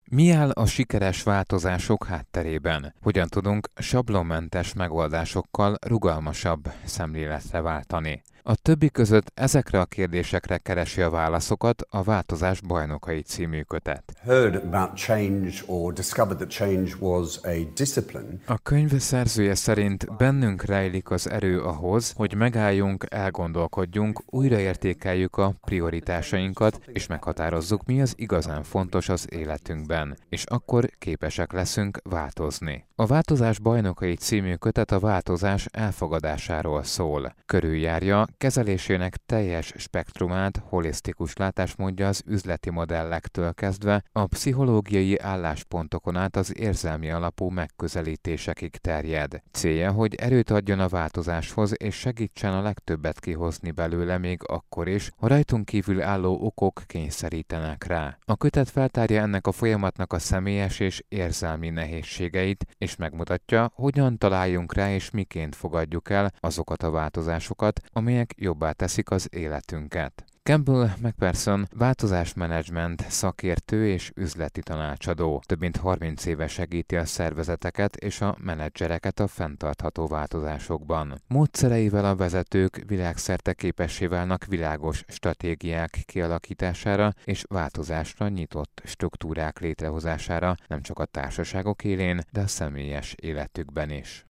Mi áll a sikeres változások hátterében? Hogyan tudunk sablonmentes megoldásokkal rugalmasabb szemléletre váltani? A többi között ezekre a kérdésekre keresi a válaszokat a Változás bajnokai című kötet. Heard about change or discovered that change was a discipline. A könyv szerzője szerint bennünk rejlik az erő ahhoz, hogy megálljunk, elgondolkodjunk, újraértékeljük a prioritásainkat, és meghatározzuk, mi az igazán fontos az életünkben, és akkor képesek leszünk változni. A Változás bajnokai című kötet a változás elfogadásáról szól. Körüljárja kezelésének teljes spektrumát, holisztikus látásmódja az üzleti modellektől kezdve a pszichológiai álláspontokon át az érzelmi alapú megközelítésekig terjed. Célja, hogy erőt adjon a változáshoz és segítsen a legtöbbet kihozni belőle még akkor is, ha rajtunk kívül álló okok kényszerítenek rá. A kötet feltárja ennek a folyamatnak a személyes és érzelmi nehézségeit, és megmutatja, hogyan találjunk rá és miként fogadjuk el azokat a változásokat, amelyek jobbá teszik az életünket. Campbell McPherson változásmenedzsment szakértő és üzleti tanácsadó. Több mint 30 éve segíti a szervezeteket és a menedzsereket a fenntartható változásokban. Módszereivel a vezetők világszerte képessé válnak világos stratégiák kialakítására és változásra nyitott struktúrák létrehozására nem csak a társaságok élén, de a személyes életükben is.